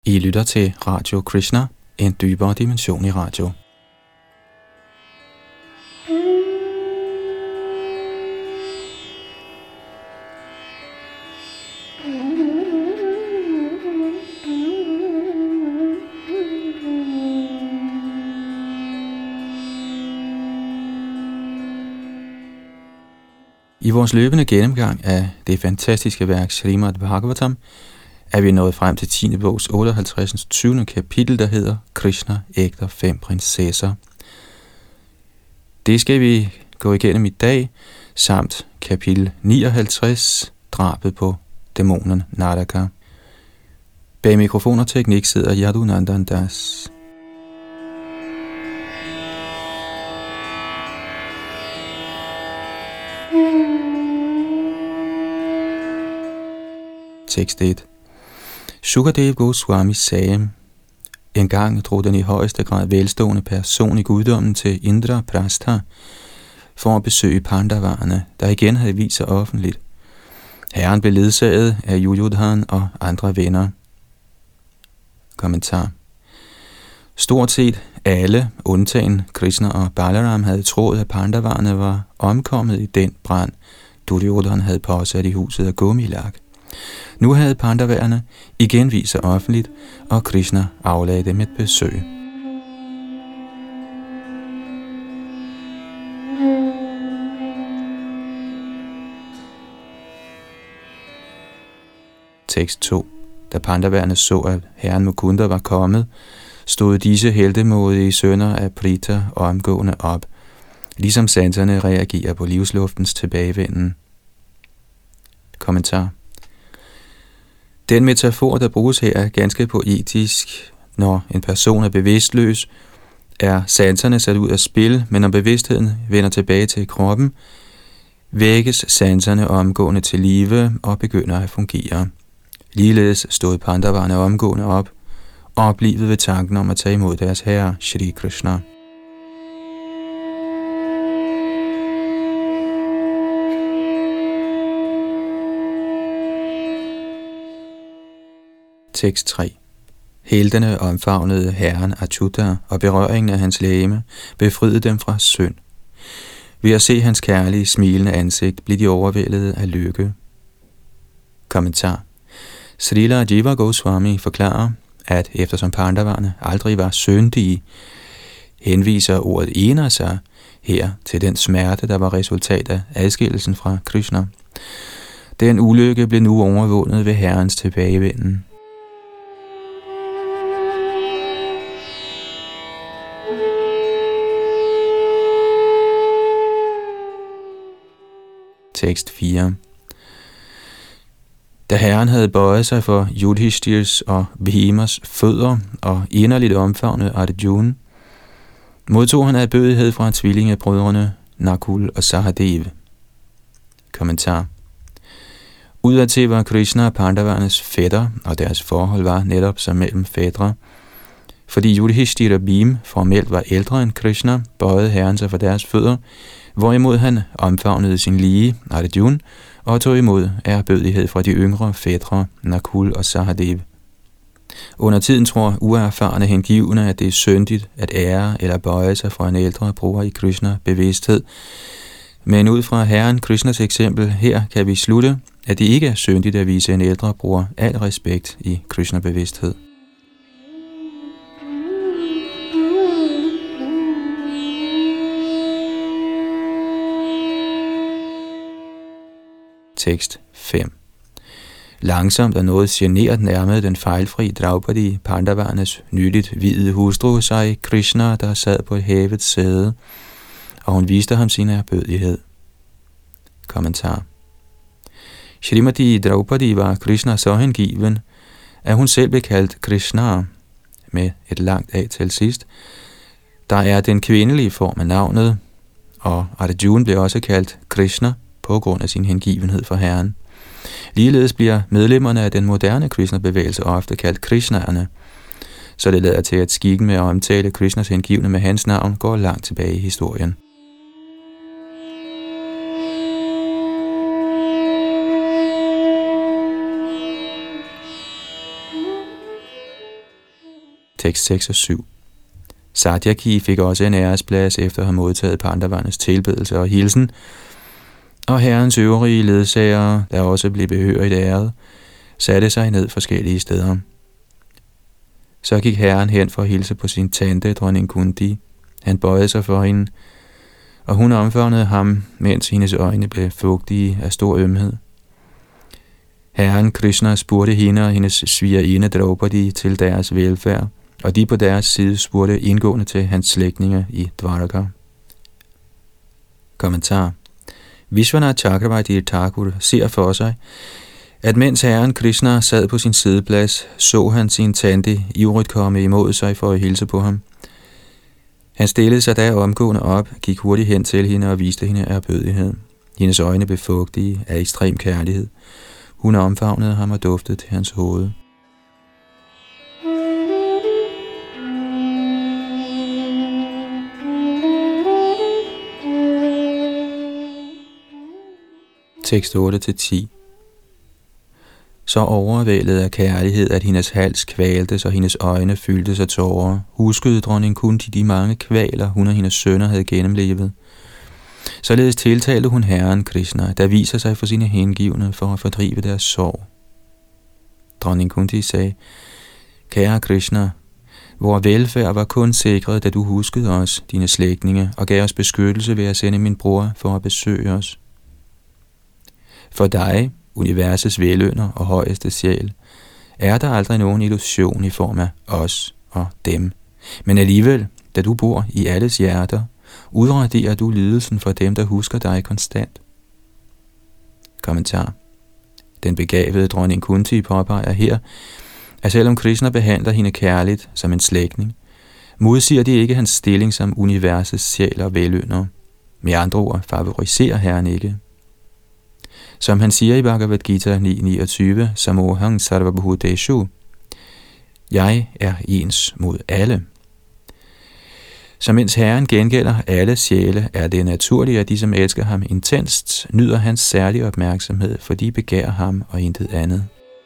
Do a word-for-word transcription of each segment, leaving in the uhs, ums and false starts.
I lytter til Radio Krishna, en dybere dimension i radio. I vores løbende gennemgang af det fantastiske værk Srimad Bhagavatam er vi nået frem til tiende bogs otteoghalvtreds. tyvende kapitel, der hedder Krishna ægter fem prinsesser. Det skal vi gå igennem i dag, samt kapitel nioghalvtreds, drabet på dæmonen Naraka. Bag mikrofon og teknik sidder Yadunandan Das. Tekst et. Shukadev Goswami sagde: En gang drog den i højeste grad velstående person i guddommen til Indra Prastha for at besøge Pandavarerne, der igen havde vist sig offentligt. Herren blev ledsaget af Yuyudhan og andre venner. Kommentar. Stort set alle, undtagen Krishna og Balaram, havde troet, at Pandavarerne var omkommet i den brand, Duryodhan havde påsat i huset af Gumilak. Nu havde Pandavarerne igen vist sig offentligt, og Krishna aflagde dem et besøg. Tekst to. Da Pandavarerne så, at herren Mukunda var kommet, stod disse heltemodige sønner af Prita omgående op, ligesom sanserne reagerer på livsluftens tilbagevenden. Kommentar. Den metafor, der bruges her, er ganske poetisk. Når en person er bevidstløs, er sanserne sat ud af spil, men når bevidstheden vender tilbage til kroppen, vækkes sanserne omgående til live og begynder at fungere. Ligeledes stod Pandavarerne omgående op, oplivet ved tanken om at tage imod deres herre, Shri Krishna. Tekst tre. Heltene omfavnede herren Achyuta, og berøringen af hans legeme befriede dem fra synd. Ved at se hans kærlige, smilende ansigt, blev de overvældet af lykke. Kommentar. Srila Jiva Goswami forklarer, at eftersom Pandavarerne aldrig var syndige, henviser ordet ener sig her til den smerte, der var resultat af adskillelsen fra Krishna. Den ulykke blev nu overvundet ved herrens tilbagevenden. Tekst fire. Da herren havde bøjet sig for Yudhishtirs og Bhimas fødder og inderligt omfavnet Arjuna, modtog han ærbødighed fra tvillingebrødrene Nakul og Sahadev. Kommentar. Udadtil var Krishna og Pandavarernes fætter, og deres forhold var netop som mellem fædre. Fordi Yudhishthir og Bhima formelt var ældre end Krishna, bøjede herren sig for deres fødder, hvorimod han omfavnede sin lige Arjuna og tog imod ærbødighed fra de yngre fætre Nakul og Sahadev. Under tiden tror uerfarne hengivne, at det er syndigt at ære eller bøje sig for en ældre bror i Krishna bevidsthed. Men ud fra herren Krishnas eksempel her kan vi slutte, at det ikke er syndigt at vise en ældre bror al respekt i Krishna bevidsthed. Tekst fem. Langsomt og noget genert nærmede den fejlfri Draupadi, Pandavarernes nyligt hvide hustru, sig Krishna, der sad på havets sæde, og hun viste ham sin ærbødighed. Kommentar. Shrimati Draupadi var Krishna så hengiven, at hun selv blev kaldt Krishna, med et langt A til sidst, der er den kvindelige form af navnet, og Arjuna blev også kaldt Krishna, på grund af sin hengivenhed for herren. Ligeledes bliver medlemmerne af den moderne Krishna-bevægelse ofte kaldt Krishnaerne, så det lader til, at skikken med at omtale Krishnas hengivne med hans navn går langt tilbage i historien. Tekst seks og syv. Satyaki fik også en æresplads efter at have modtaget Pandavernes tilbedelse og hilsen, og herrens øvrige ledsagere, der også blev behørigt æret, satte sig ned forskellige steder. Så gik herren hen for at hilse på sin tante, dronning Kunti. Han bøjede sig for hende, og hun omfavnede ham, mens hendes øjne blev fugtige af stor ømhed. Herren Krishna spurgte hende og hendes svigerinde Draupadi til deres velfærd, og de på deres side spurgte indgående til hans slægtninge i Dvaraka. Kommentar. Vishwanath Chakravarti Thakur ser for sig, at mens herren Krishna sad på sin sideplads, så han sin tante ivrigt komme imod sig for at hilse på ham. Han stillede sig da omgående op, gik hurtigt hen til hende og viste hende ærbødighed. Hendes øjne blev fugtige af ekstrem kærlighed. Hun omfavnede ham og duftede til hans hoved. Tekst otte til ti. Så overvældet af kærlighed, at hendes hals kvaltes og hendes øjne fyldtes af tårer, huskede dronning Kunti de mange kvaler, hun og hendes sønner havde gennemlevet. Således tiltalte hun herren Krishna, der viser sig for sine hengivne for at fordrive deres sorg. Dronning Kunti sagde, kære Krishna, vor velfærd var kun sikret, da du huskede os, dine slægtninge, og gav os beskyttelse ved at sende min bror for at besøge os. For dig, universets velønder og højeste sjæl, er der aldrig nogen illusion i form af os og dem. Men alligevel, da du bor i alles hjerter, udraderer du lidelsen for dem, der husker dig konstant. Kommentar. Den begavede dronning Kunti påpeger her, at selvom Krishna behandler hende kærligt som en slægtning, modsiger det ikke hans stilling som universets sjæl og velønder. Med andre ord favoriserer herren ikke. Som han siger i Bhagavad Gita ni niogtyve, Samohang Sarvabhuteshu, jeg er ens mod alle. Så mens herren gengælder alle sjæle, er det naturligt, at de, som elsker ham intenst, nyder hans særlige opmærksomhed, for de begærer ham og intet andet.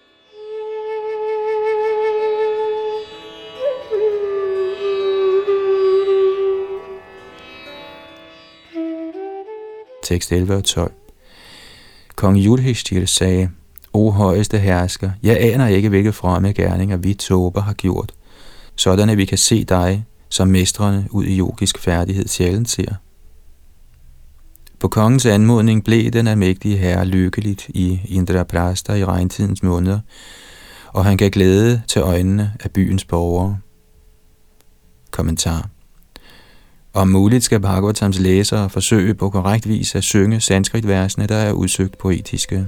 Tekst elleve og tolv. Kong Yudhishthira sagde, O højeste hersker, jeg aner ikke, hvilke fromme gerninger vi tåber har gjort, sådan at vi kan se dig, som mestrene ud i yogisk færdighed sjældent ser. På kongens anmodning blev den almægtige herre lykkeligt i Indraprastha i regntidens måneder, og han gav glæde til øjnene af byens borgere. Kommentar. Om muligt skal Bhagavatams læsere forsøge på korrekt vis at synge sanskritversene, der er udsøgt poetiske.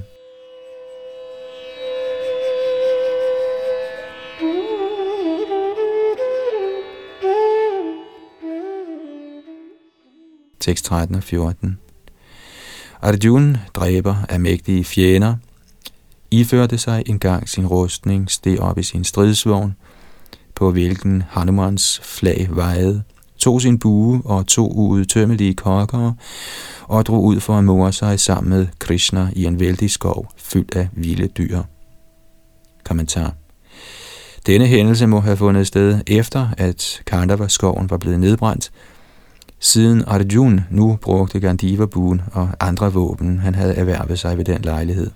Tekst tretten og fjorten. Arjuna, dræber af mægtige fjender, iførte sig engang sin rustning, steg op i sin stridsvogn, på hvilken Hanumans flag vejede, tog sin bue og to uudtømmelige kokkere og drog ud for at more sig sammen med Krishna i en vældig skov fyldt af vilde dyr. Kommentar. Denne hændelse må have fundet sted efter, at Kandava-skoven var blevet nedbrændt, siden Arjuna nu brugte Gandiva-buen og andre våben, han havde erhvervet sig ved den lejlighed.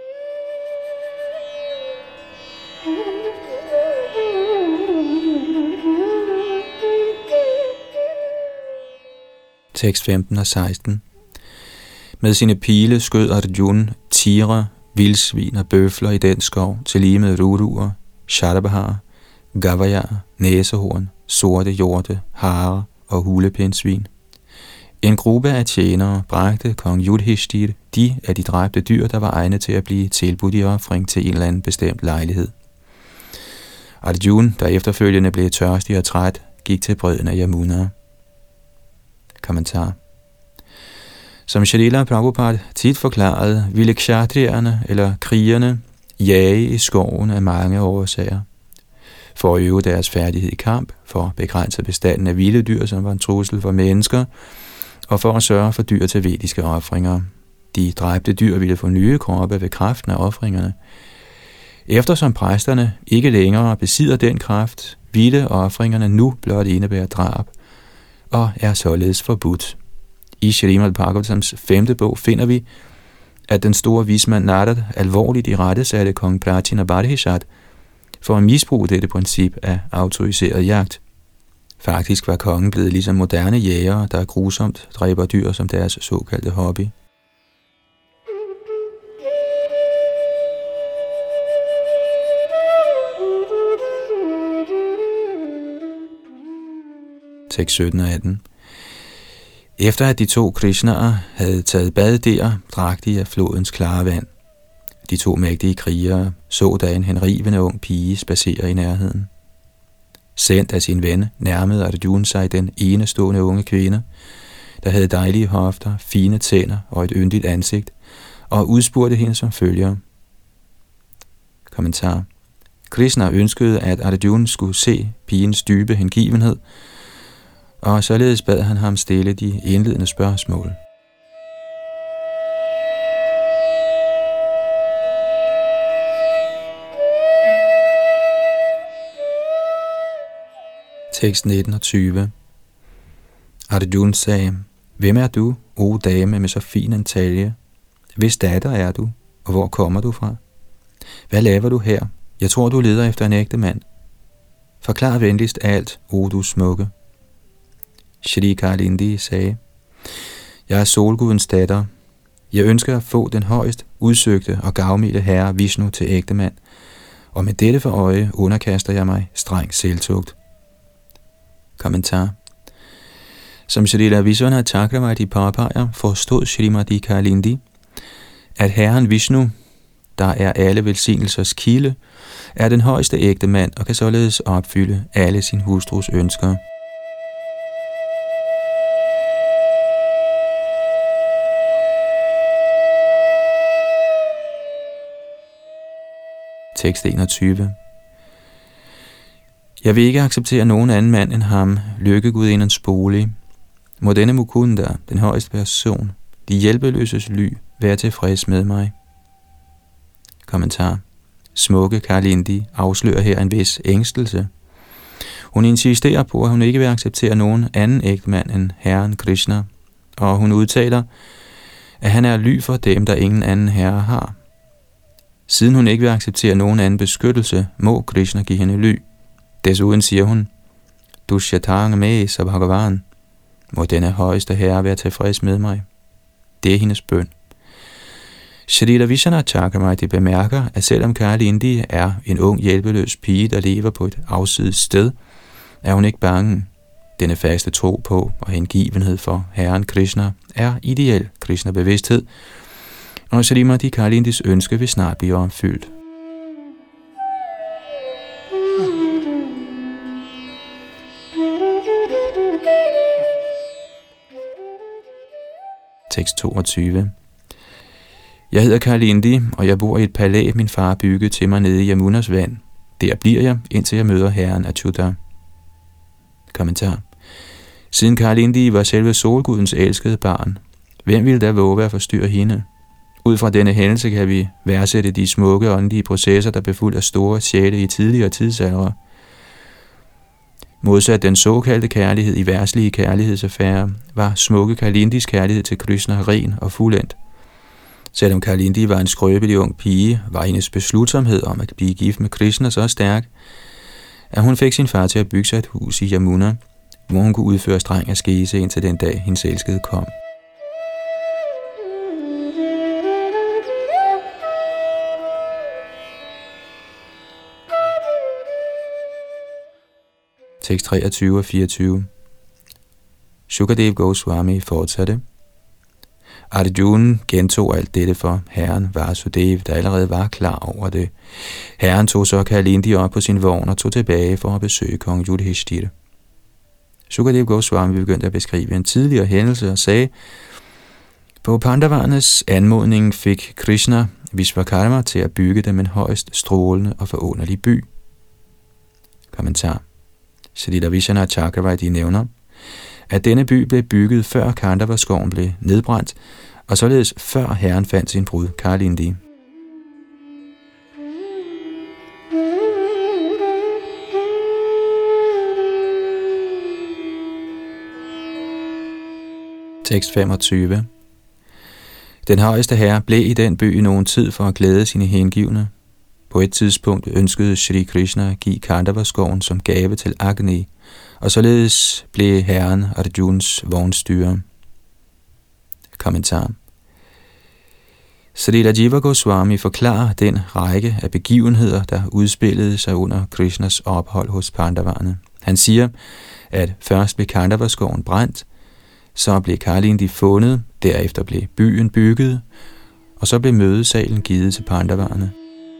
Tekst femten og seksten. Med sine pile skød Arjuna tigre, vildsvin og bøfler i den skov, til lige med ruruer, sharabahar, gavajar, næsehorn, sorte hjorte, hare og hulepindsvin. En gruppe af tjenere bragte kong Yudhishthira de af de dræbte dyr, der var egnet til at blive tilbudt i ofring til en eller anden bestemt lejlighed. Arjuna, der efterfølgende blev tørstig og træt, gik til bredden af Yamuna. Kommentar. Som Shrila Prabhupada tit forklarede, ville kshatriyerne eller krigerne jage i skoven af mange årsager. For at øve deres færdighed i kamp, for at begrænse bestanden af vilde dyr, som var en trussel for mennesker, og for at sørge for dyr til vediske ofringer. De dræbte dyr ville få nye kroppe ved kraften af ofringerne. Eftersom præsterne ikke længere besidder den kraft, ville ofringerne nu blot indebære drab, og er således forbudt. I Srimad Bhagavatams femte bog finder vi, at den store vismand Narad alvorligt irettesatte kong Pratina Barhishat for at misbruge dette princip af autoriseret jagt. Faktisk var kongen blevet ligesom moderne jægere, der grusomt dræber dyr som deres såkaldte hobby. Tekst sytten og atten. Efter at de to Krishnaer havde taget bad der, drak de af flodens klare vand. De to mægtige krigere så da en henrivende ung pige spacere i nærheden. Sendt af sin ven nærmede Arjuna sig den enestående unge kvinde, der havde dejlige hofter, fine tænder og et yndigt ansigt, og udspurgte hende som følger. Kommentar. Krishna ønskede, at Arjuna skulle se pigens dybe hengivenhed, og således bad han ham stille de indledende spørgsmål. Tekst nitten og tyve. Arjuna sagde, hvem er du, o dame med så fin en talje? Hvis datter er du, og hvor kommer du fra? Hvad laver du her? Jeg tror, du leder efter en ægte mand. Forklar venligst alt, o du smukke. Shri Kalindi sagde, jeg er solgudens datter. Jeg ønsker at få den højst udsøgte og gavmilde herre Vishnu til ægtemand, og med dette for øje underkaster jeg mig streng selvtugt. Kommentar. Som Srila Vishwanath Chakravarti påpeger, forstod Shrimati Kalindi, at herren Vishnu, der er alle velsignelsers kilde, er den højeste ægte mand og kan således opfylde alle sin hustrus ønsker. Tekst enogtyve. Jeg vil ikke acceptere nogen anden mand end ham, lykkegudindens bolig. Må denne Mukunda, den højeste person, de hjælpeløses ly, være tilfreds med mig. Kommentar. Smukke Kalindi afslører her en vis ængstelse. Hun insisterer på, at hun ikke vil acceptere nogen anden ægtemand end herren Krishna, og hun udtaler, at han er ly for dem, der ingen anden herre har. Siden hun ikke vil acceptere nogen anden beskyttelse, må Krishna give hende ly. Desuden siger hun, Dushyatang me sa Bhagavan, må denne højeste herre være tilfreds med mig. Det er hendes bøn. Shrila Vishwanath Chakravarti bemærker, at selvom Kalindi er en ung hjælpeløs pige, der lever på et afsides sted, er hun ikke bange. Denne faste tro på og hengivenhed for herren Krishna er ideel Krishna-bevidsthed, og Srimati Kalindis ønske vil snart blive opfyldt. Tekst toogtyve. Jeg hedder Kalindi, og jeg bor i et palæ, min far byggede til mig nede i Yamunas vand. Der bliver jeg, indtil jeg møder herren Achyuta. Kommentar. Siden Kalindi var selve solgudens elskede barn, hvem ville da våge at forstyrre hende? Ud fra denne hændelse kan vi værdsætte de smukke åndelige processer, der blev fuldt af store sjæle i tidligere tidsalder. Modsat den såkaldte kærlighed i verdslige kærlighedsaffærer, var smukke Kalindis kærlighed til Krishna ren og fuldendt. Selvom Kalindi var en skrøbelig ung pige, var hendes beslutsomhed om at blive gift med Krishna så stærk, at hun fik sin far til at bygge sig et hus i Yamuna, hvor hun kunne udføre streng askese indtil den dag, hendes elskede kom. Tekst treogtyve og fireogtyve. Shukadev Goswami fortsatte. Arjuna gentog alt dette for herren Vasudev, der allerede var klar over det. Herren tog så Kalindi op på sin vogn og tog tilbage for at besøge kong Yudhishthira. Shukadev Goswami begyndte at beskrive en tidligere hændelse og sagde, på Pandavarnes anmodning fik Krishna Vishvakarma til at bygge dem en højst strålende og forunderlig by. Kommentar. Shrila Vishwanath Chakravarti nævner, at denne by blev bygget før Kandava-skoven blev nedbrændt, og således før herren fandt sin brud Kalindi. Tekst femogtyve. Den højeste herre blev i den by i nogen tid for at glæde sine hengivne. På et tidspunkt ønskede Shri Krishna at give Kandava-skoven som gave til Agni, og således blev herren Arjuns vognstyre. Kommentar. Srila Jiva Goswami forklarer den række af begivenheder, der udspillede sig under Krishnas ophold hos Pandavarne. Han siger, at først blev Kandava-skoven brændt, så blev Kalindi fundet, derefter blev byen bygget, og så blev mødesalen givet til Pandavarne.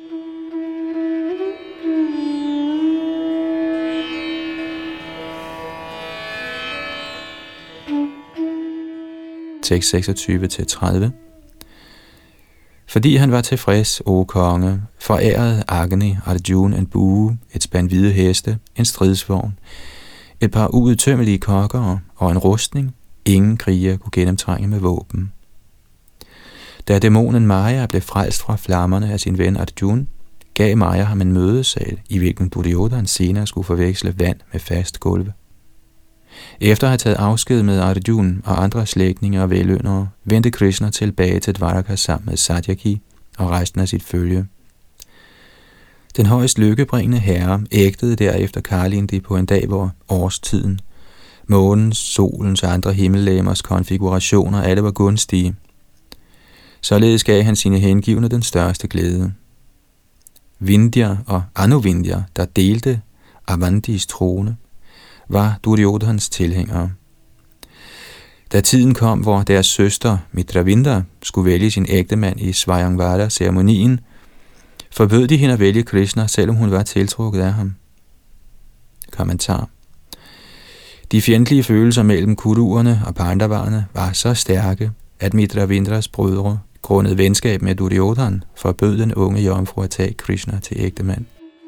Tekst seksogtyve til tredive. Fordi han var tilfreds, o konge, forærede Agni Arjuna en bue, et spand hvide heste, en stridsvogn, et par uudtømmelige kokkere og en rustning. Ingen kriger kunne gennemtrænge med våben. Da dæmonen Maya blev frelst fra flammerne af sin ven Arjuna, gav Maya ham en mødesal, i hvilken Duryodhana senere skulle forveksle vand med fast gulve. Efter at have taget afsked med Arjuna og andre slægtninge og veløndere, vendte Krishna tilbage til Dvaraka sammen med Satyaki og resten af sit følge. Den højst lykkebringende herre ægtede derefter Kalindi på en dag, hvor årstiden, månens, solens og andre himmellegemers konfigurationer alle var gunstige. Således gav han sine hengivne den største glæde. Vindhya og Anuvindhya, der delte Avantis trone, var Duryodhans tilhængere. Da tiden kom, hvor deres søster Mitravinda skulle vælge sin ægtemand i Svayamvara-ceremonien, forbød de hende at vælge Krishna, selvom hun var tiltrukket af ham. Kommentar. De fjendtlige følelser mellem kuruerne og pandavarne var så stærke, at Mitravindras brødre, grundet venskab med Duryodhana, forbød den unge jomfru at tage Krishna til ægtemand.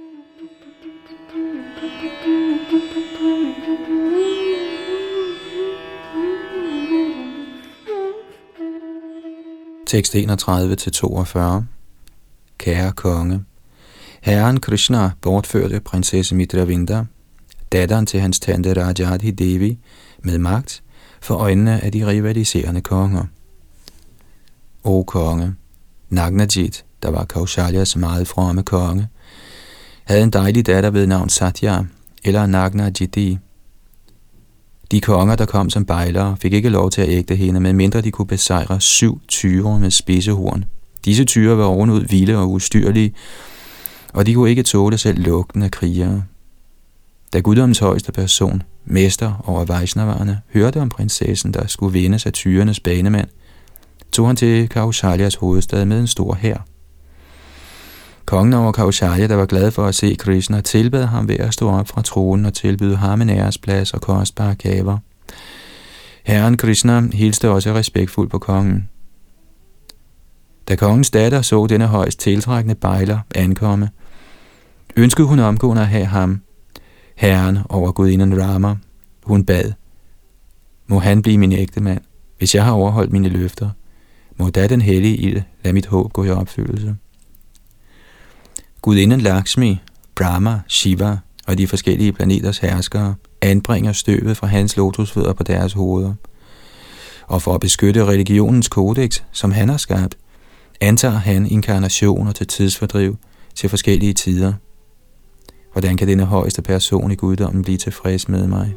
Tekst enogtredive til toogfyrre. Kære konge, herren Krishna bortførte prinsesse Mitravinda, datteren til hans tante Rajadhi Devi, med magt for øjnene af de rivaliserende konger. O konge, Nagnajit, der var Kaushalyas meget fromme konge, havde en dejlig datter ved navn Satya, eller Nagnajiti. De konger, der kom som bejlere, fik ikke lov til at ægte hende, medmindre de kunne besejre syv tyre med spidsehorn. Disse tyre var ovenud vilde og ustyrlige, og de kunne ikke tåle selv lugten af krigere. Da guddommens højeste person, mester over Vaishnavarne, hørte om prinsessen, der skulle vindes af tyrenes banemand, tog han til Kaushalyas hovedstad med en stor hær. Kongen over Kaushalya, der var glad for at se Krishna, tilbad ham ved at stå op fra tronen og tilbyde ham en æresplads og kostbare gaver. Herren Krishna hilste også respektfuldt på kongen. Da kongens datter så denne højst tiltrækkende bejler ankomme, ønskede hun omgående at have ham, herren over gudinden Rama. Hun bad, må han blive min ægtemand, hvis jeg har overholdt mine løfter, må da den hellige ild lade mit håb gå i opfyldelse. Gudinden Lakshmi, Brahma, Shiva og de forskellige planeters herskere anbringer støvet fra hans lotusfødder på deres hoveder. Og for at beskytte religionens kodex, som han har skabt, antager han inkarnationer til tidsfordriv til forskellige tider. Hvordan kan denne højeste person i guddommen blive tilfreds med mig?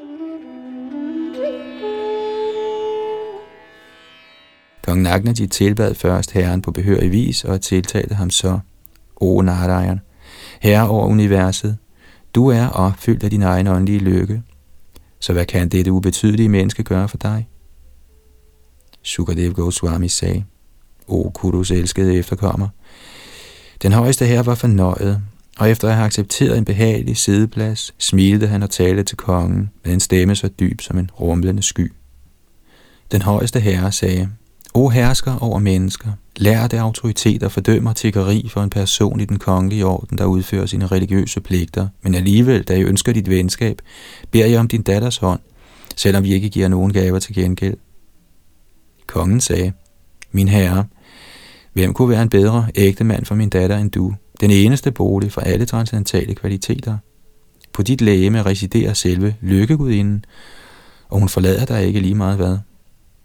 Kong Nagnajit tilbad først herren på behørig vis og tiltalte ham så: O Narayan, herre over universet, du er opfyldt af din egen åndelige lykke, så hvad kan dette ubetydelige menneske gøre for dig? Shukadev Goswami sagde: O Kurus elskede efterkommer, den højeste herre var fornøjet, og efter at have accepteret en behagelig siddeplads, smilte han og talte til kongen med en stemme så dyb som en rumlende sky. Den højeste herre sagde: O hersker over mennesker, lærte autoriteter fordømmer tiggeri for en person i den kongelige orden, der udfører sine religiøse pligter, men alligevel, da jeg ønsker dit venskab, beder jeg om din datters hånd, selvom vi ikke giver nogen gaver til gengæld. Kongen sagde: Min herre, hvem kunne være en bedre ægtemand for min datter end du, den eneste bolig for alle transcendentale kvaliteter? På dit legeme residerer selve lykkegudinden, og hun forlader dig ikke lige meget hvad.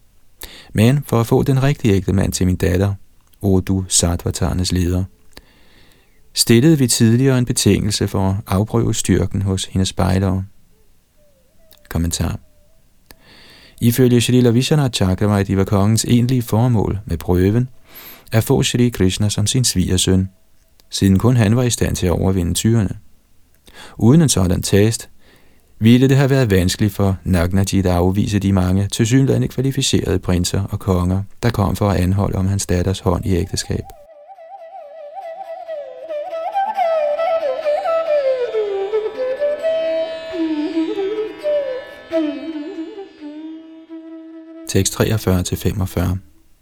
Men for at få den rigtige ægte mand til min datter, o du sattvatarnes leder, stillede vi tidligere en betingelse for at afprøve styrken hos hendes spejlere. Kommentar. Ifølge Shrila Vishwanath Chakravarti var kongens egentlige formål med prøven at få Shri Krishna som sin svigersøn, siden kun han var i stand til at overvinde tyrene. Uden en sådan test ville det have været vanskeligt for Nagnajit at afvise de mange tilsyneladende kvalificerede prinser og konger, der kom for at anholde om hans datters hånd i ægteskab. Tekst treogfyrre til femogfyrre.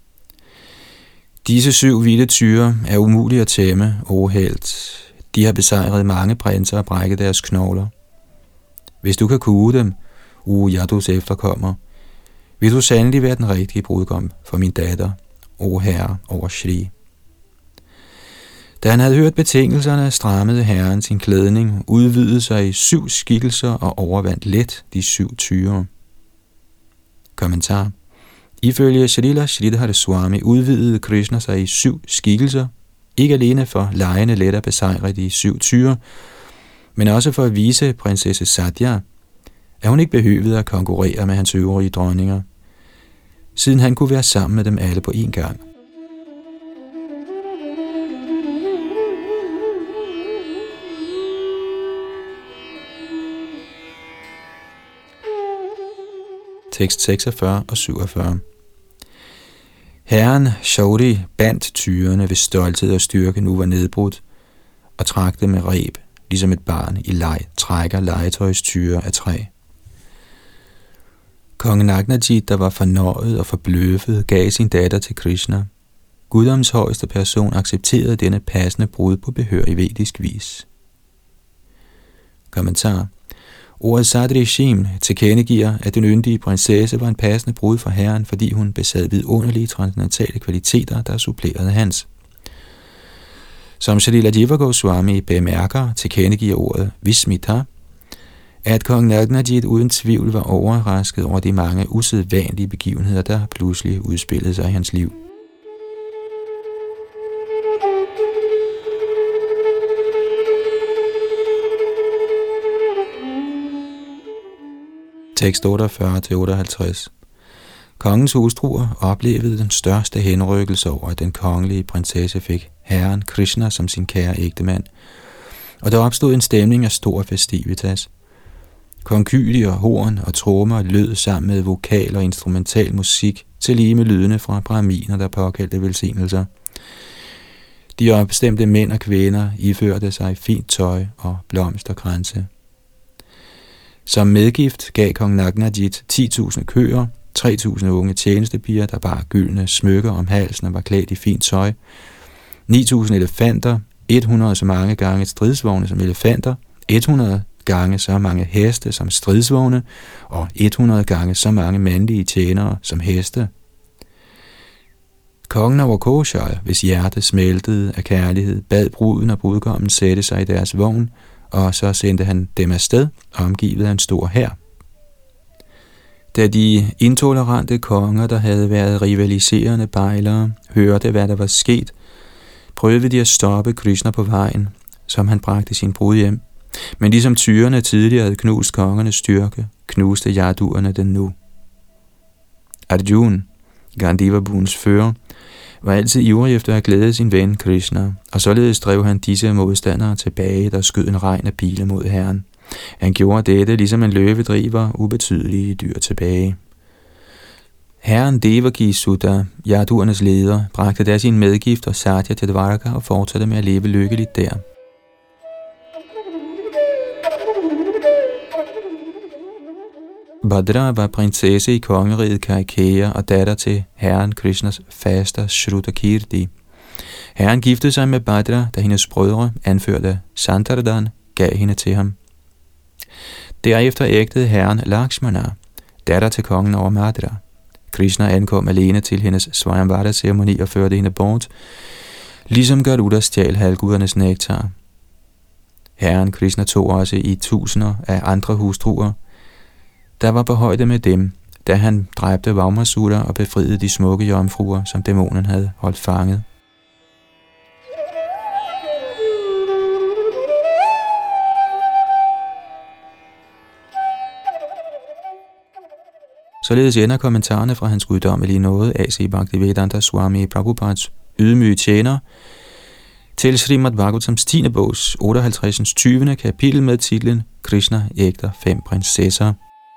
Disse syv vilde tyre er umulige at tæmme, o helt. De har besejret mange prinser og brækket deres knogler. Hvis du kan kue dem, o Yadus efterkommer, vil du sandelig være den rigtige brudgom for min datter, o herre over Shri. Da han havde hørt betingelserne, strammede herren sin klædning, udvidede sig i syv skikkelser og overvandt let de syv tyre. Kommentar. Ifølge Shrila Sridhara Swami udvidede Krishna sig i syv skikkelser, ikke alene for legende let at besejre de syv tyre, men også for at vise prinsesse Satya, at hun ikke behøvede at konkurrere med hans øvrige dronninger, siden han kunne være sammen med dem alle på én gang. Tekst seksogfyrre og syvogfyrre. Herren Shauri bandt tyrene, hvis stolthed og styrke nu var nedbrudt, og trak dem med reb, ligesom et barn i leg trækker legetøjstyre af træ. Kongen Nagnajit, der var fornøjet og forbløffet, gav sin datter til Krishna. Guddoms højeste person accepterede denne passende brud på behørig vedisk vis. Kommentar. Ordet Sadrishim tilkendegiver, at den yndige prinsesse var en passende brud for herren, fordi hun besad vidunderlige transcendentale kvaliteter, der supplerede hans. Som Shrila Jiva Goswami bemærker, tilkendegiver ordet Vismita, at kong Nagnajit uden tvivl var overrasket over de mange usædvanlige begivenheder, der pludselig udspillede sig i hans liv. Tekst otteogfyrre til otteoghalvtreds. Kongens hustruer oplevede den største henrykkelse over, at den kongelige prinsesse fik herren Krishna som sin kære ægtemand, og der opstod en stemning af stor festivitas. Konkylier, horn og trommer lød sammen med vokal og instrumental musik, til lige med lydene fra brahminer, der påkaldte velsignelser. De opstemte mænd og kvinder iførte sig fint tøj og blomsterkranse. Som medgift gav kong Nagnajit ti tusind køer, tre tusind unge tjenestepiger, der bar gyldne smykker om halsen og var klædt i fint tøj, ni tusind elefanter, hundrede så mange gange stridsvogne som elefanter, hundrede gange så mange heste som stridsvogne, og hundrede gange så mange mandlige tjenere som heste. Kongen over Koshal, hvis hjerte smeltede af kærlighed, bad bruden og brudgommen sætte sig i deres vogn, og så sendte han dem afsted, omgivet af en stor hær. Da de intolerante konger, der havde været rivaliserende bejlere, hørte, hvad der var sket, prøvede de at stoppe Krishna på vejen, som han bragte sin brud hjem. Men ligesom tyrene tidligere havde knust kongernes styrke, knuste yaduerne den nu. Arjuna, Gandiva-buens fører, var altid ivrig efter at glæde sin ven Krishna, og således drev han disse modstandere tilbage, der skød en regn af pile mod herren. Han gjorde dette, ligesom en løve driver ubetydelige dyr tilbage. Herren Devaki Sutta, yaduernes leder, bragte der sin medgift og Satya til Dvaraka og fortsatte med at leve lykkeligt der. Bhadra var prinsesse i kongeriget Kaikeya og datter til herren Krishnas faster Shrutakirti. Herren giftede sig med Bhadra, da hendes brødre, anført af Santardan, gav hende til ham. Derefter ægtede herren Lakshmana, datter til kongen over Madra. Krishna ankom alene til hendes Svayamvara-ceremoni og førte hende bort, ligesom Garuda stjal halvgudernes nektar. Herren Krishna tog også i tusinder af andre hustruer, der var på højde med dem, da han dræbte Vaumasura og befriede de smukke jomfruer, som dæmonen havde holdt fanget. Således ender kommentarerne fra hans guddommelige nåde A C Bhaktivedanta Swami Prabhupads ydmyge tjener til Srimad Bhagavatams tiende bogs otteoghalvtreds. tyvende kapitel med titlen Krishna ægter fem prinsesser.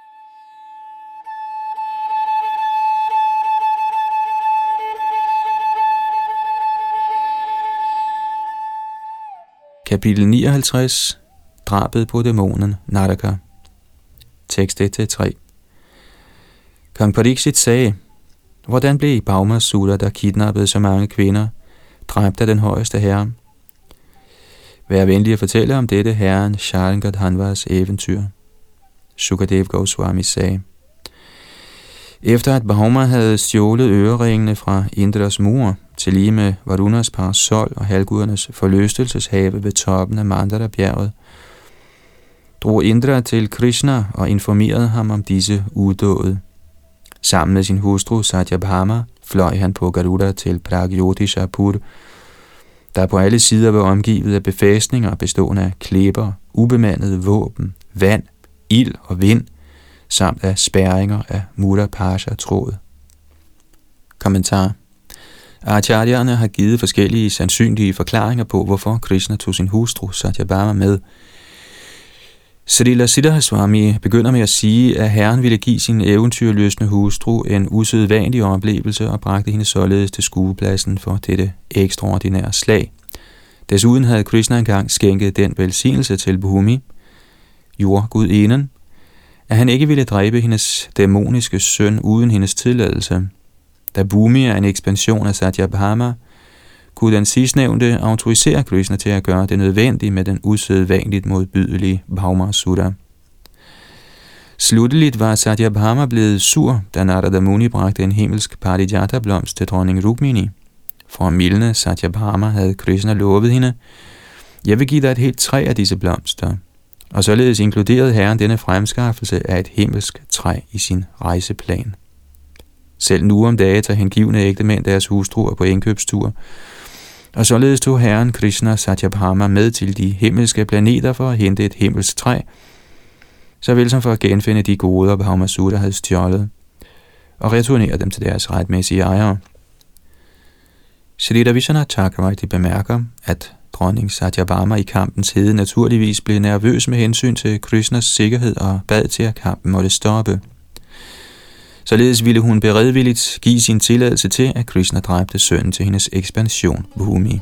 Kapitel nioghalvtreds. Drabet på dæmonen Naraka. Tekst et til tre. Kong Pariksit sagde: Hvordan blev Vaumasura, der kidnappede så mange kvinder, dræbt af den højeste herre? Vær venlig at fortælle om dette herren Sharangadhanvas eventyr. Sukadev Goswami sagde: Efter at Bahuma havde stjålet øreringene fra Indras mur, til lige med Varunas parasol og halvgudernes forlystelseshave ved toppen af Mandara-bjerget, drog Indra til Krishna og informerede ham om disse udåd. Sammen med sin hustru Satyabhama fløj han på Garuda til Pragyotishapur, der på alle sider var omgivet af befæstninger bestående af klipper, ubemandede våben, vand, ild og vind, samt af spærringer af Mudra Pasha-tråd. Kommentar. Acharyerne har givet forskellige sandsynlige forklaringer på, hvorfor Krishna tog sin hustru Satyabhama med. Srila Siddhar Swami begynder med at sige, at herren ville give sin eventyrlystne hustru en usædvanlig oplevelse og bragte hende således til skuepladsen for dette ekstraordinære slag. Desuden havde Krishna engang skænket den velsignelse til Bhumi, jordgudinden, at han ikke ville dræbe hendes dæmoniske søn uden hendes tilladelse. Da Bhumi er en ekspansion af Satyabhama, kunne den sidstnævnte autorisere Krishna til at gøre det nødvendige med den usædvanligt modbydelige Vaumasura. Slutteligt var Satyabhama blevet sur, da Narada Muni bragte en himmelsk parijata-blomst til dronning Rukmini. For at mildne Satyabhama havde Krishna lovet hende: Jeg vil give dig et helt træ af disse blomster. Og således inkluderede herren denne fremskaffelse af et himmelsk træ i sin rejseplan. Selv nu om dage tager hengivne ægtemænd deres hustruer på indkøbstur, og således tog herren Krishna Satyabhama med til de himmelske planeter for at hente et himmelsk træ, såvel som for at genfinde de goder, Vaumasura havde stjålet, og returnere dem til deres retmæssige ejere. Shrita Vishwanath Chakravarti bemærker, at dronning Satyabhama i kampens hede naturligvis blev nervøs med hensyn til Krishnas sikkerhed og bad til, at kampen måtte stoppe. Således ville hun beredvilligt give sin tilladelse til, at Krishna dræbte sønnen til hendes ekspansion, Bhumi.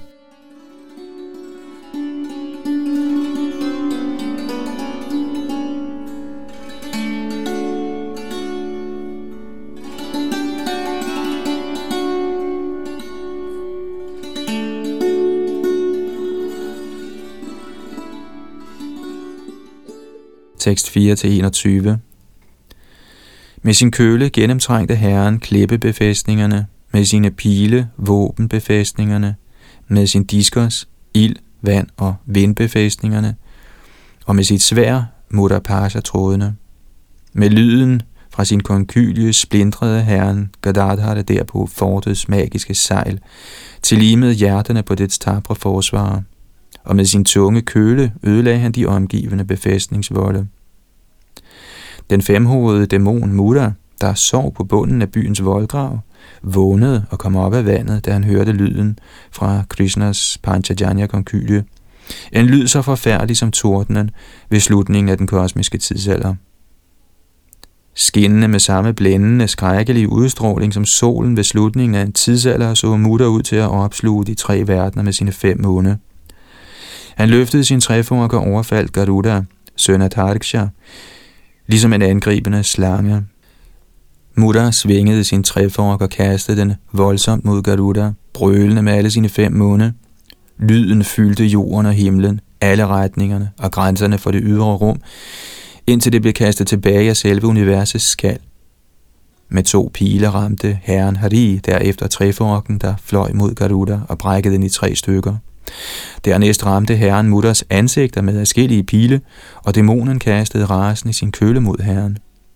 Tekst fire til enogtyve. Med sin køle gennemtrængte herren klippebefæstningerne, med sine pile våbenbefæstningerne, med sin diskos, ild, vand og vindbefæstningerne, og med sit sværd Mudra Pasha-trådene. Med lyden fra sin konkylie splindrede herren Gadadhara derpå fortets magiske sejl, tillimede hjerterne på dets tapre forsvarer, og med sin tunge køle ødelagde han de omgivende befæstningsvolde. Den femhovedede dæmon Mudra, der sov på bunden af byens voldgrav, vågnede og kom op af vandet, da han hørte lyden fra Krishnas Panchajanya-konkylie. En lyd så forfærdelig som tordenen ved slutningen af den kosmiske tidsalder. Skinnende med samme blændende, skrækkelige udstråling som solen ved slutningen af en tidsalder, så Mudra ud til at opsluge de tre verdener med sine fem munde. Han løftede sin trefork og overfaldt Garuda, søn af Tariksha, ligesom en angribende slange. Mudra svingede sin trefork og kastede den voldsomt mod Garuda, brølende med alle sine fem munde. Lyden fyldte jorden og himlen, alle retningerne og grænserne for det ydre rum, indtil det blev kastet tilbage af selve universets skal. Med to pile ramte herren Hari derefter treforken, der fløj mod Garuda og brækkede den i tre stykker. Dernæst ramte herren Mudras ansigter med adskillige pile, og dæmonen kastede rasen i sin køle mod herren.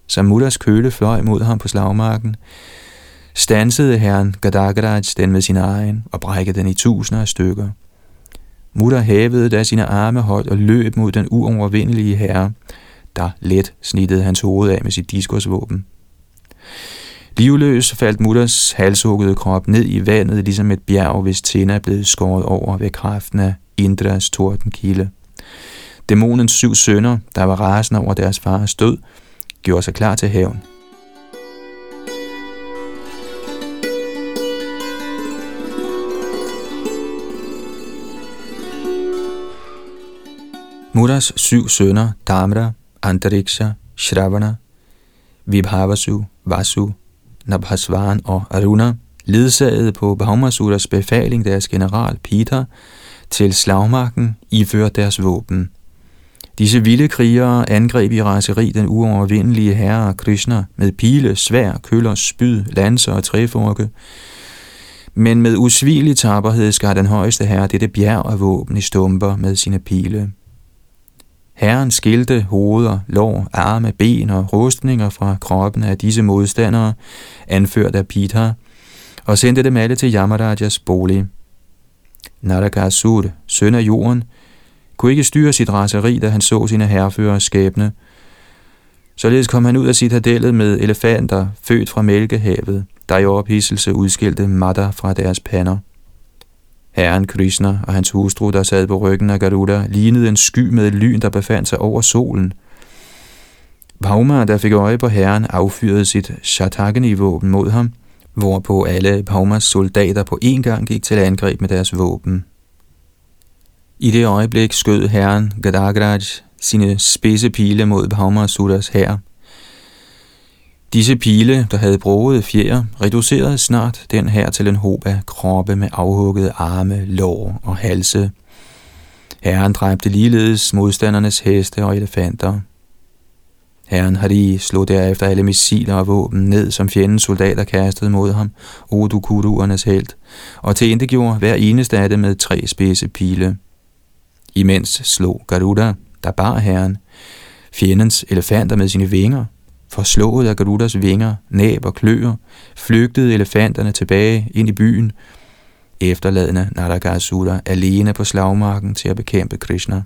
Som Mutters køle fløj mod ham på slagmarken, stansede herren Gadagraj den med sin egen og brækkede den i tusinder af stykker. Mutta hævede da sine arme højt og løb mod den uovervindelige herre, der let snittede hans hoved af med sit diskusvåben. Livløs faldt Mutters halshuggede krop ned i vandet, ligesom et bjerg, hvis tinder er blevet skåret over ved kraften af Indras tordenkilde. Dæmonens syv sønner, der var rasende over deres fars død, gjorde sig klar til hævn. Mutters syv sønner, Damra, Antariksha, Shravana, Vibhavasu, Vasu, Nabhasvan og Aruna, ledsagede på Bhaumasuras befaling deres general Pita til slagmarken iført deres våben. Disse vilde krigere angreb i raseri den uovervindelige herre Krishna med pile, sværd, køller, spyd, lanser og træforke. Men med usvigelig tapperhed skar den højeste herre dette bjerg af våben i stumper med sine pile. Herren skilte hoveder, lår, arme, ben og rustninger fra kroppen af disse modstandere, anført af Pita, og sendte dem alle til Yamarajas bolig. Narakasur, søn af jorden, kunne ikke styre sit raseri, da han så sine hærførers skæbne. Således kom han ud af citadellet med elefanter, født fra Mælkehavet, der i ophidselse udskilte madder fra deres pander. Herren Krishna og hans hustru, der sad på ryggen af Garuda, lignede en sky med lyn, der befandt sig over solen. Bhauma, der fik øje på herren, affyrede sit Shatagni-våben mod ham, hvorpå alle Bhaumas soldater på én gang gik til angreb med deres våben. I det øjeblik skød herren Gadagraj sine spidse pile mod Bhaumasuras hær. Disse pile, der havde broget fjer, reducerede snart den her til en hob af kroppe med afhuggede arme, lår og halse. Herren dræbte ligeledes modstandernes heste og elefanter. Herren Hari slog derefter alle missiler og våben ned, som fjendens soldater kastede mod ham, Odukuruernes helt, og tilintetgjorde hver eneste af dem med tre spidse pile. Imens slog Garuda, der bar herren, fjendens elefanter med sine vinger. Forslået af Garudas vinger, næb og kløer, flygtede elefanterne tilbage ind i byen, efterladende Narakasura alene på slagmarken til at bekæmpe Krishna.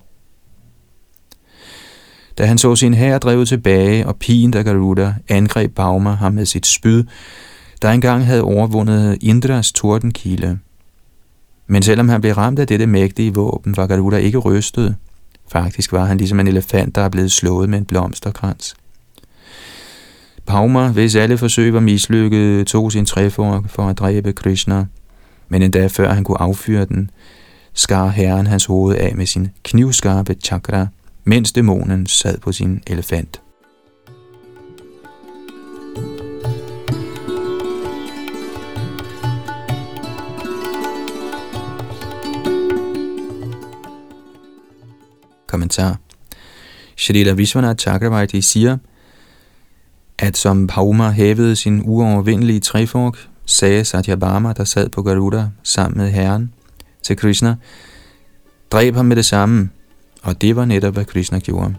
Da han så sin hær drevet tilbage og pint af Garuda, angreb Bhauma ham med sit spyd, der engang havde overvundet Indras tordenkilde. Men selvom han blev ramt af dette mægtige våben, var Garuda ikke rystet. Faktisk var han ligesom en elefant, der er blevet slået med en blomsterkrans. Bhauma, hvis alle forsøg var mislykket, tog sin træfork for at dræbe Krishna, men endda før han kunne affyre den, skar herren hans hoved af med sin knivskarpe chakra, mens dæmonen sad på sin elefant. Kommentar. Shrila Vishwanath Chakravarti siger, at som Bhauma hævede sin uovervindelige træfork, sagde Satyabhama, der sad på Garuda sammen med herren, til Krishna, dræb ham med det samme, og det var netop, hvad Krishna gjorde.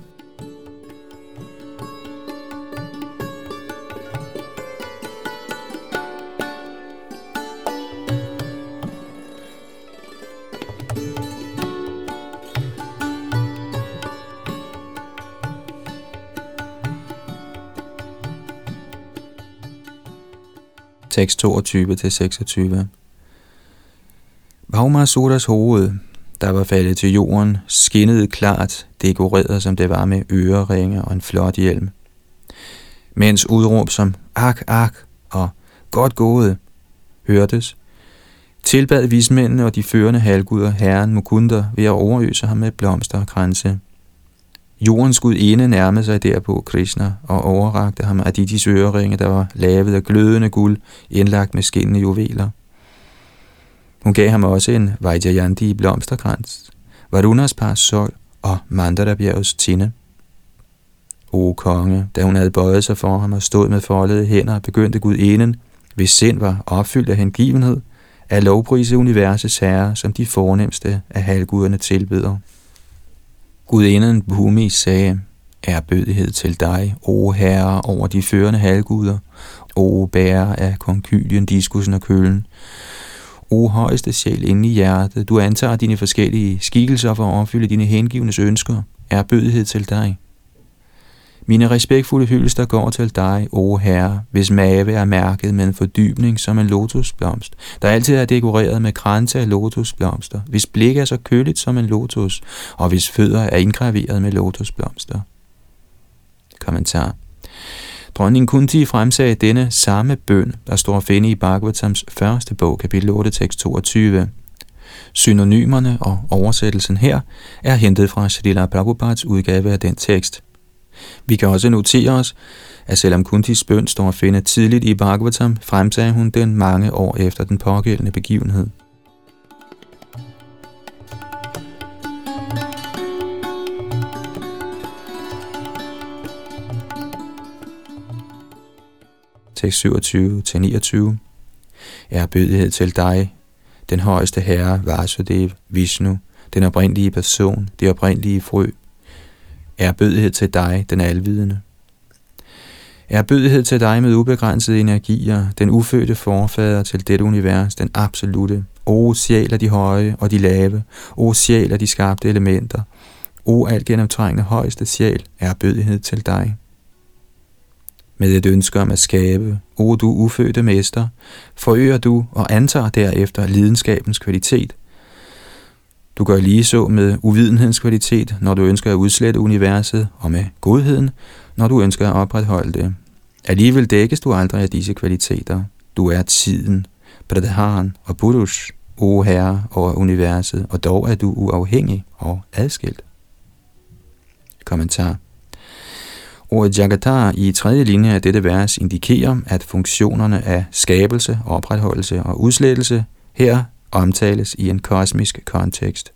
Tekst toogtyve til seksogtyve. Bhaumasuras hoved, der var faldet til jorden, skinnede klart, dekoreret som det var med øreringe og en flot hjelm. Mens udråb som ak, ak og godt gået hørtes, tilbad vismændene og de førende halvguder herren Mukunda ved at overøse ham med blomster og kranse. Jordens gudinde nærmede sig derpå Krishna og overrakte ham Aditis øreringe, der var lavet af glødende guld, indlagt med skinnende juveler. Hun gav ham også en Vaijayanti blomsterkrans, Varunas pars sol og Mandara-bjergets tinde. O konge, da hun havde bøjet sig for ham og stod med foldede hænder, begyndte gudinden, hvis sind var opfyldt af hengivenhed, at lovprise universets herre som de fornemste af halvguderne tilbeder. Gudinden Bhumi sagde, Ærbødighed til dig, o herre over de førende halvguder, o bærer af konkylien, diskusen og kølen. O højeste sjæl inde i hjertet, du antager dine forskellige skikkelser for at opfylde dine hengivnes ønsker. Ærbødighed til dig. Mine respektfulde hyldester går til dig, o herre, hvis mave er mærket med en fordybning som en lotusblomst, der altid er dekoreret med kranse af lotusblomster, hvis blik er så køligt som en lotus, og hvis fødder er indgraveret med lotusblomster. Kommentar. Dronning Kunti fremsagde denne samme bøn, der står at finde i Bhagavatams første bog, kapitel otte, tekst toogtyve. Synonymerne og oversættelsen her er hentet fra Srila Prabhupads udgave af den tekst. Vi kan også notere os, at selvom Kuntis bøn står at finde tidligt i Bhagavatam, fremsagde hun den mange år efter den pågældende begivenhed. Tekst syvogtyve til niogtyve. Ærbødighed til dig, den højeste herre, Vasudev, Vishnu, den oprindelige person, det oprindelige frø. Ærbødighed til dig, den alvidende. Ærbødighed til dig med ubegrænsede energier, den ufødte forfader til dette univers, den absolute. O sjæl af de høje og de lave, o sjæl af de skabte elementer, o alt gennemtrængende højeste sjæl, ærbødighed til dig. Med et ønske om at skabe, o du ufødte mester, forøger du og antager derefter lidenskabens kvalitet. Du gør lige så med uvidenhedens kvalitet, når du ønsker at udslette universet, og med godheden, når du ønsker at opretholde det. Alligevel dækkes du aldrig af disse kvaliteter. Du er tiden, Pradhan og Purush, o herre over universet, og dog er du uafhængig og adskilt. Kommentar. Ordet Jagatar i tredje linje af dette vers indikerer, at funktionerne af skabelse, opretholdelse og udslettelse her omtales i en kosmisk kontekst.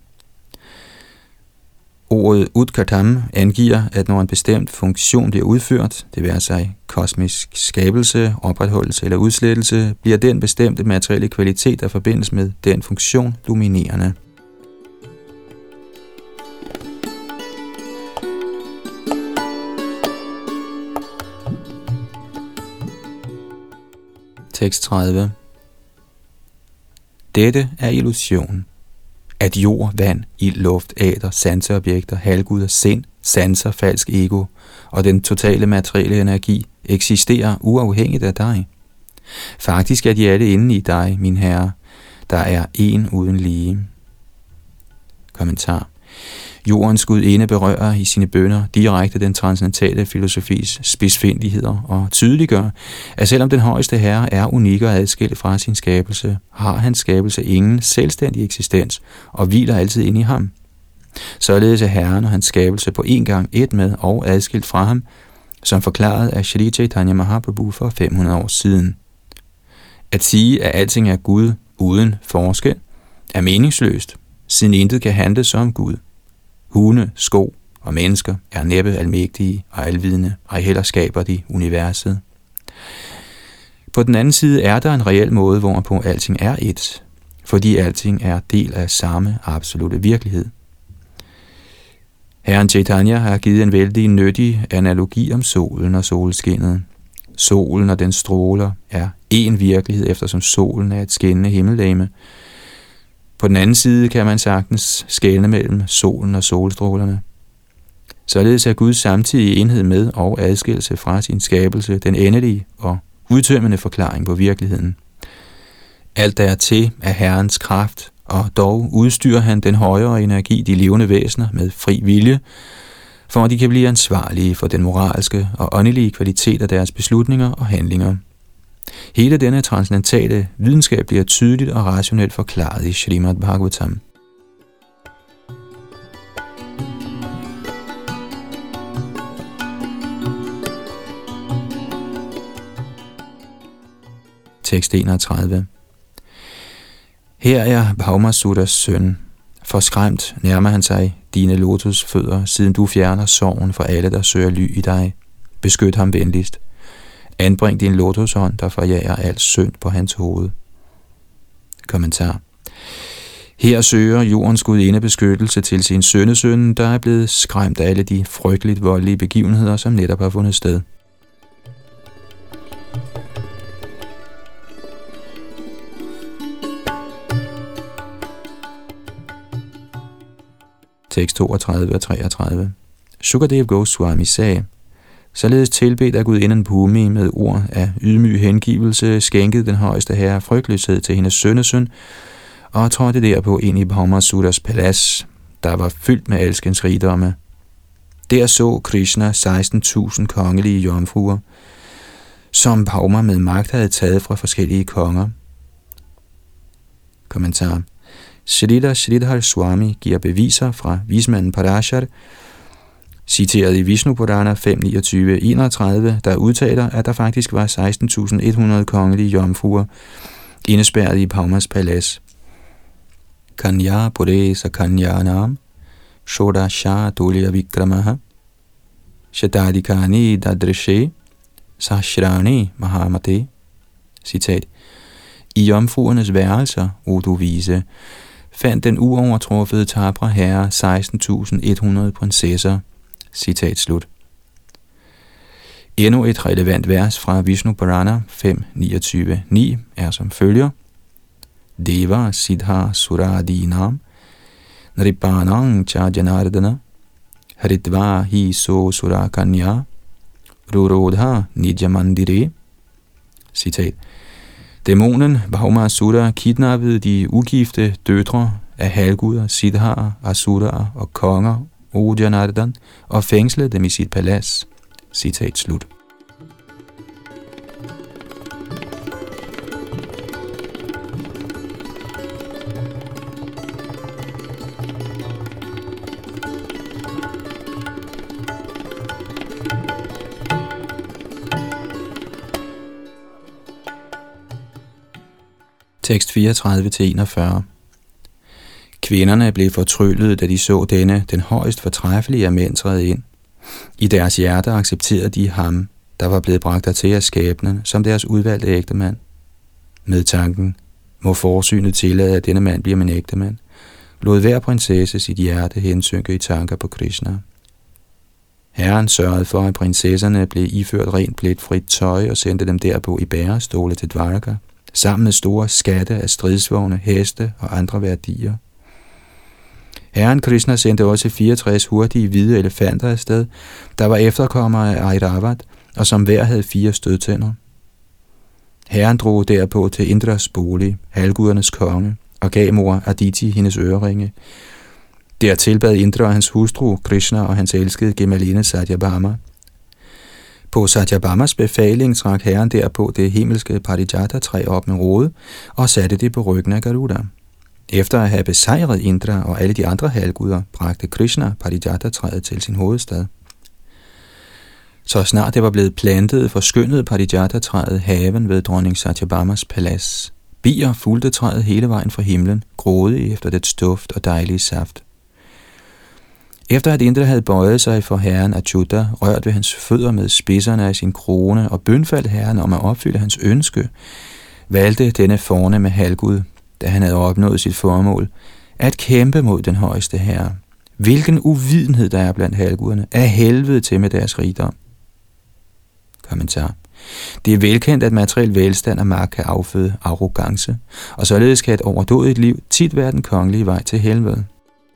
Ordet Utkatam angiver, at når en bestemt funktion bliver udført, det vil sige kosmisk skabelse, opretholdelse eller udslettelse, bliver den bestemte materielle kvalitet, der forbindes med den funktion, dominerende. Tekst tredive. Dette er illusion. At jord, vand, ild, luft, æter, sanseobjekter, halvguder, sind, sanser, falsk ego og den totale materielle energi eksisterer uafhængigt af dig. Faktisk er de alle inde i dig, min herre. Der er en uden lige. Kommentar. Jordens gudinde berører i sine bønner direkte den transcendentale filosofis spidsfindigheder og tydeliggør, at selvom den højeste herre er unik og adskilt fra sin skabelse, har hans skabelse ingen selvstændig eksistens og hviler altid inde i ham. Således er herren og hans skabelse på en gang et med og adskilt fra ham, som forklaret af Shri Chaitanya Mahaprabhu for fem hundrede år siden. At sige, at alting er Gud uden forskel, er meningsløst, siden intet kan handle som Gud. Hunde, sko og mennesker er næppe almægtige og alvidende, og heller skaber de universet. På den anden side er der en reel måde, hvorpå alting er et, fordi alting er del af samme absolute virkelighed. Herren Chaitanya har givet en vældig nyttig analogi om solen og solskinnet. Solen og dens stråler er én virkelighed, eftersom solen er et skinnende himmellegeme. På den anden side kan man sagtens skelne mellem solen og solstrålerne. Således er Guds samtidige enhed med og adskillelse fra sin skabelse den endelige og udtømmende forklaring på virkeligheden. Alt der er til af Herrens kraft, og dog udstyrer han den højere energi, de levende væsener, med fri vilje, for at de kan blive ansvarlige for den moralske og åndelige kvalitet af deres beslutninger og handlinger. Hele denne transcendentale videnskab bliver tydeligt og rationelt forklaret i Srimad Bhagavatam. Tekst enogtredive. Her er Bhaumasudas søn. Forskræmt nærmer han sig dine lotusfødder, siden du fjerner sorgen for alle, der søger ly i dig. Beskyt ham venligst. Anbring din lotushånd, der forjager al synd på hans hoved. Kommentar. Her søger jordens gudinde beskyttelse til sin sønnesøn, der er blevet skræmt af alle de frygteligt voldelige begivenheder, som netop har fundet sted. Tekst toogtredive og treogtredive. Shukadev Goswami sagde: således tilbedt af gudinden Bhumi med ord af ydmyg hengivelse, skænkede den højeste herre frygtløshed til hendes sønnesøn, og trådte derpå ind i Bhaumasuras palads, der var fyldt med alskens rigdomme. Der så Krishna seksten tusind kongelige jomfruer, som Bhauma med magt havde taget fra forskellige konger. Kommentar. Shrila Sridhar Swami giver beviser fra vismanden Parashar, citeret i Vishnu Purana fem niogtyve enogtredive, der udtaler, at der faktisk var seksten tusind et hundrede kongelige jomfruer indespærret i Bhaumas palads. Kanya Puresa Kanyanam Shodasha Dulya Vikramaha Shatadikani Dadrishe Sashrani Mahamate. Citat. I jomfruernes værelser, o du vise, fandt den uovertruffede tapre herre seksten tusind et hundrede prinsesser. Citat slut. Endnu et relevant vers fra Vishnu Purana fem niogtyve ni er som følger: Deva Siddha Suradinam Nripanang Cha Janardana Haridva Hi So Surakanya Rurodha Nijamandire. Citat. Dæmonen Bhaumasura kidnappede de ugifte døtre af halvguder, siddhaer, asuraer og konger, o Janardan, og fængslede dem i sit palads. Citat slut. Tekst fireogtredive til enogfyrre. Kvinderne blev fortryllet, da de så denne, den højst fortræffelige af mænd, træde ind. I deres hjerte accepterede de ham, der var blevet bragt dertil af skæbnen, som deres udvalgte ægtemand. Med tanken, må forsynet tillade, at denne mand bliver min ægtemand, lod hver prinsesse sit hjerte hensynke i tanker på Krishna. Herren sørgede for, at prinsesserne blev iført rent pletfrit tøj og sendte dem derpå i bærestole til Dvaraka, sammen med store skatte af stridsvogne, heste og andre værdier. Herren Krishna sendte også fireogtres hurtige hvide elefanter afsted, der var efterkommere af Airavat, og som hver havde fire stødtænder. Herren drog derpå til Indras bolig, halvgudernes konge, og gav mor Aditi hendes øreringe. Dertil bad Indra og hans hustru Krishna og hans elskede gemaline Satyabhama. På Satyabhamas befaling trak herren derpå det himmelske Parijata-træ op med rode og satte det på ryggen af Garuda. Efter at have besejret Indra og alle de andre halvguder, bragte Krishna Parijata-træet til sin hovedstad. Så snart det var blevet plantet, forskyndede Parijata-træet haven ved dronning Satyabhamas palads. Bier fulgte træet hele vejen fra himlen, grådige efter dets duft og dejlige saft. Efter at Indra havde bøjet sig for herren Achyuta, rørt ved hans fødder med spidserne af sin krone og bønfaldt herren om at opfylde hans ønske, valgte denne fornemme halvgud, da han havde opnået sit formål, at kæmpe mod den højeste herre. Hvilken uvidenhed der er blandt halvguderne, af helvede til med deres rigdom. Kommentar. Det er velkendt, at materiel velstand og magt kan afføde arrogance, og således kan et overdådigt liv tit være den kongelige vej til helvede.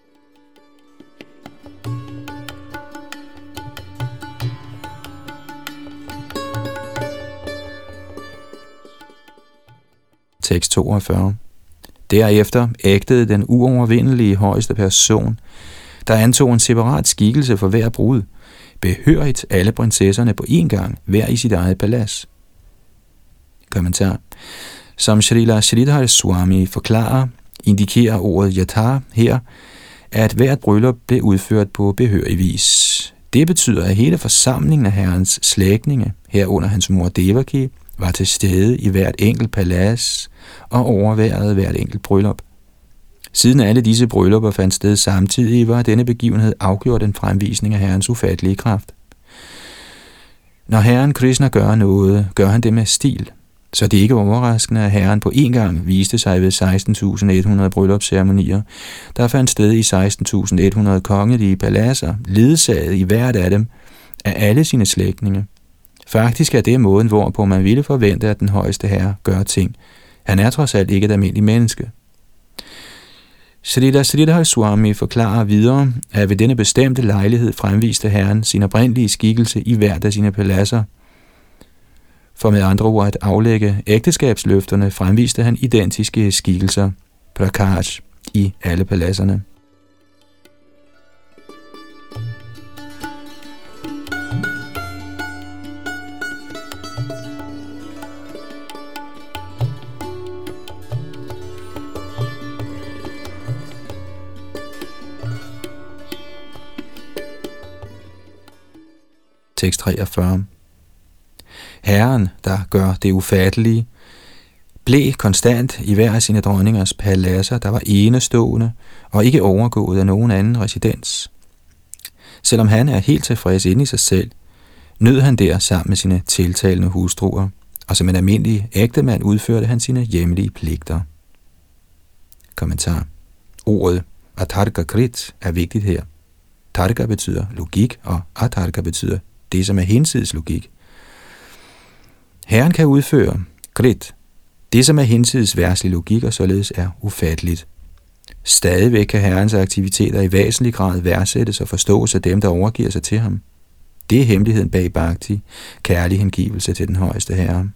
Tekst toogfyrre. Derefter ægtede den uovervindelige højeste person, der antog en separat skikkelse for hver brud, behørigt alle prinsesserne på én gang, hver i sit eget palads. Kommentar. Som Shrila Sridhar Swami forklarer, indikerer ordet yatha her, at hvert bryllup blev udført på behørig vis. Det betyder, at hele forsamlingen af herrens slægtninge, herunder hans mor Devaki, var til stede i hvert enkelt palads og overværede hvert enkelt bryllup. Siden alle disse bryllupper fandt sted samtidig, var denne begivenhed afgjort en fremvisning af herrens ufattelige kraft. Når herren Krishna gør noget, gør han det med stil. Så det er ikke overraskende, at Herren på en gang viste sig ved seksten tusind et hundrede bryllupsceremonier, der fandt sted i seksten tusind et hundrede kongelige paladser, ledsaget i hvert af dem af alle sine slægtninge. Faktisk er det måden, hvorpå man ville forvente, at den højeste herre gør ting. Han er trods alt ikke et almindeligt menneske. Sridhar Sridhar Swami forklarer videre, at ved denne bestemte lejlighed fremviste Herren sin oprindelige skikkelse i hvert af sine paladser. For med andre ord at aflægge ægteskabsløfterne fremviste han identiske skikkelser, prakash, i alle paladserne. Tekst treogfyrre. Herren, der gør det ufattelige, blev konstant i hver af sine dronningers paladser, der var enestående og ikke overgået af nogen anden residens. Selvom han er helt tilfreds inde i sig selv, nød han der sammen med sine tiltalende hustruer, og som en almindelig ægtemand udførte han sine hjemlige pligter. Kommentar. Ordet atarka krit er vigtigt her. Tarka betyder logik, og atarka betyder det, som er hinsides logik. Herren kan udføre krit, det som er hinsides verdslig logik og således er ufatteligt. Stadigvæk kan Herrens aktiviteter i væsentlig grad værdsættes og forstås af dem, der overgiver sig til ham. Det er hemmeligheden bag bhakti, kærlig hengivelse til den højeste Herre.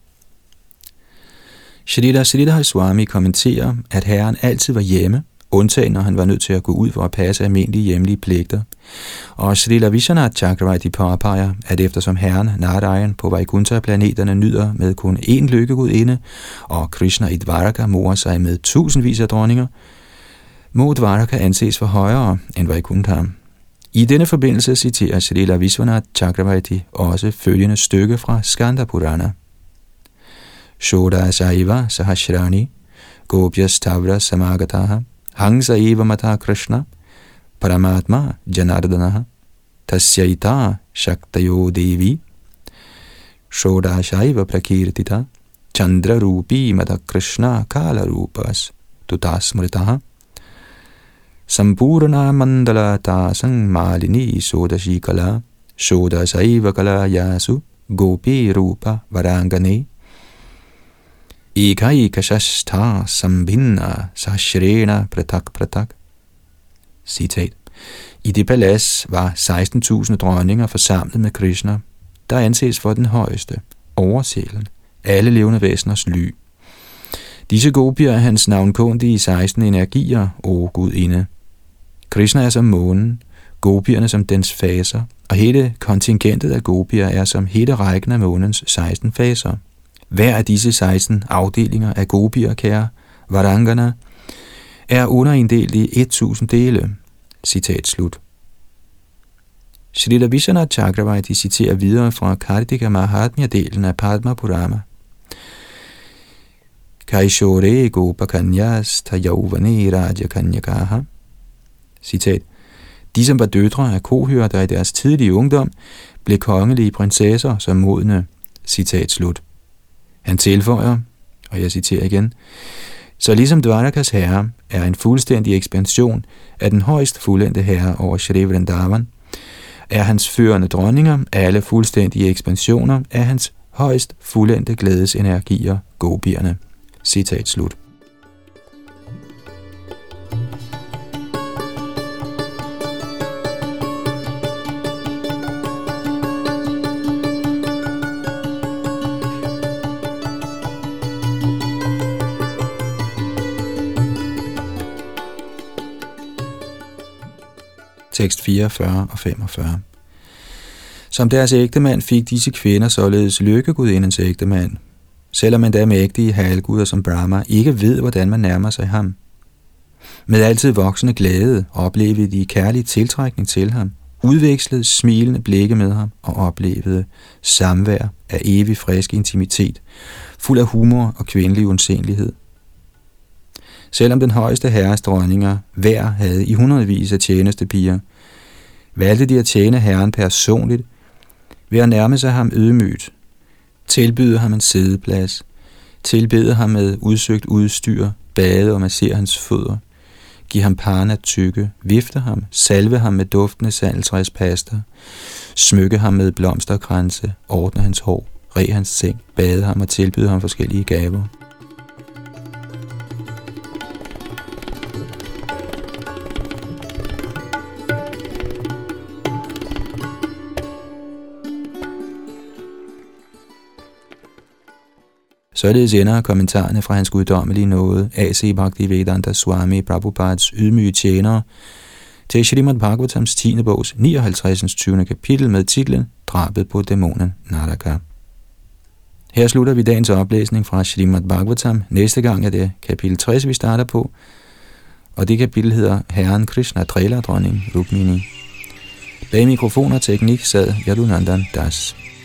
Sridhar Sridhar Swami kommenterer, at Herren altid var hjemme, undtagen når han var nødt til at gå ud for at passe almindelige hjemlige pligter. Og Srila Vishwanath Chakravarti påpeger, at eftersom Herren Narayan på Vaikuntha-planeterne nyder med kun én lykkegudinde, og Krishna i Dvaraka morer sig med tusindvis af dronninger, må Dvaraka anses for højere end Vaikuntha. I denne forbindelse citerer Srila Vishwanath Chakravarti også følgende stykke fra Skanda Purana. Shoda Saiva Sahashrani Gopyas Tavra Samagataha Hangsa eva mata Krishna Paramatma Janardanaha Tasyaita Shaktayo Devi Shoda Shaiva Prakirtita Chandra Rupi Mata Krishna Kala Rupas Tutasmritaha Sampurna Mandala Tasang Malini Sodashikala Shoda Shaiva Kala Yasu Gopi Rupa Varangane Ekaika shashta sambhinna sahashrena pratak pratak. Citat. I det palads var seksten tusind dronninger forsamlet med Krishna, der anses for den højeste, oversjælen, alle levende væseners ly. Disse gopier er hans navnkundige seksten energier, o gudinde. Krishna er som månen, gopierne som dens faser, og hele kontingentet af gopier er som hele rækken af månens seksten faser. Hver af disse seksten afdelinger af gopier, kære Varangana, er underinddelt i tusind dele. Citat slut. Srila Vishwanath Chakravarti citerer videre fra Kartika Mahatmya-delen af Padma Purana. Kaishore Gopakanyas Tayauvane Raja Kanyakaha. Citat. De, som var døtre af kohører, der i deres tidlige ungdom blev kongelige prinsesser som modne. Citat slut. Han tilføjer, og jeg citerer igen, så ligesom Dvarakas herre er en fuldstændig ekspansion af den højst fuldendte herre over Shri Vrindavan, er hans førende dronninger alle fuldstændige ekspansioner af hans højst fuldendte glædesenergier, gopierne. Citat slut. Tekst fireogfyrre og femogfyrre. Som deres ægtemand fik disse kvinder således lykkegudindens ægtemand, selvom endda mægtige halvguder som Brahma ikke ved, hvordan man nærmer sig ham. Med altid voksende glæde oplevede de kærlig tiltrækning til ham, udvekslede smilende blikke med ham og oplevede samvær af evig frisk intimitet, fuld af humor og kvindelig undselighed. Selvom den højeste herres dronninger hver havde i hundredvis af tjenestepiger, valgte de at tjene herren personligt ved at nærme sig ham ydmygt, tilbyde ham en siddeplads, tilbede ham med udsøgt udstyr, bade og massere hans fødder, give ham paren at tykke, vifte ham, salve ham med duftende sandeltræspasta, smykke ham med blomsterkranse, ordne hans hår, re hans seng, bade ham og tilbyde ham forskellige gaver. Således ender kommentarerne fra hans guddommelige nåde, A C Bhaktivedanta Swami Prabhupads ydmyge tjenere, til Srimad Bhagavatams tiende bogs nioghalvtreds. tyvende kapitel med titlen Drabet på dæmonen Naraka. Her slutter vi dagens oplæsning fra Srimad Bhagavatam. Næste gang er det kapitel tres, vi starter på, og det kapitel hedder Herren Krishna Trailer Dronning Rukmini. Bag mikrofon og teknik sad Yadunandan Das.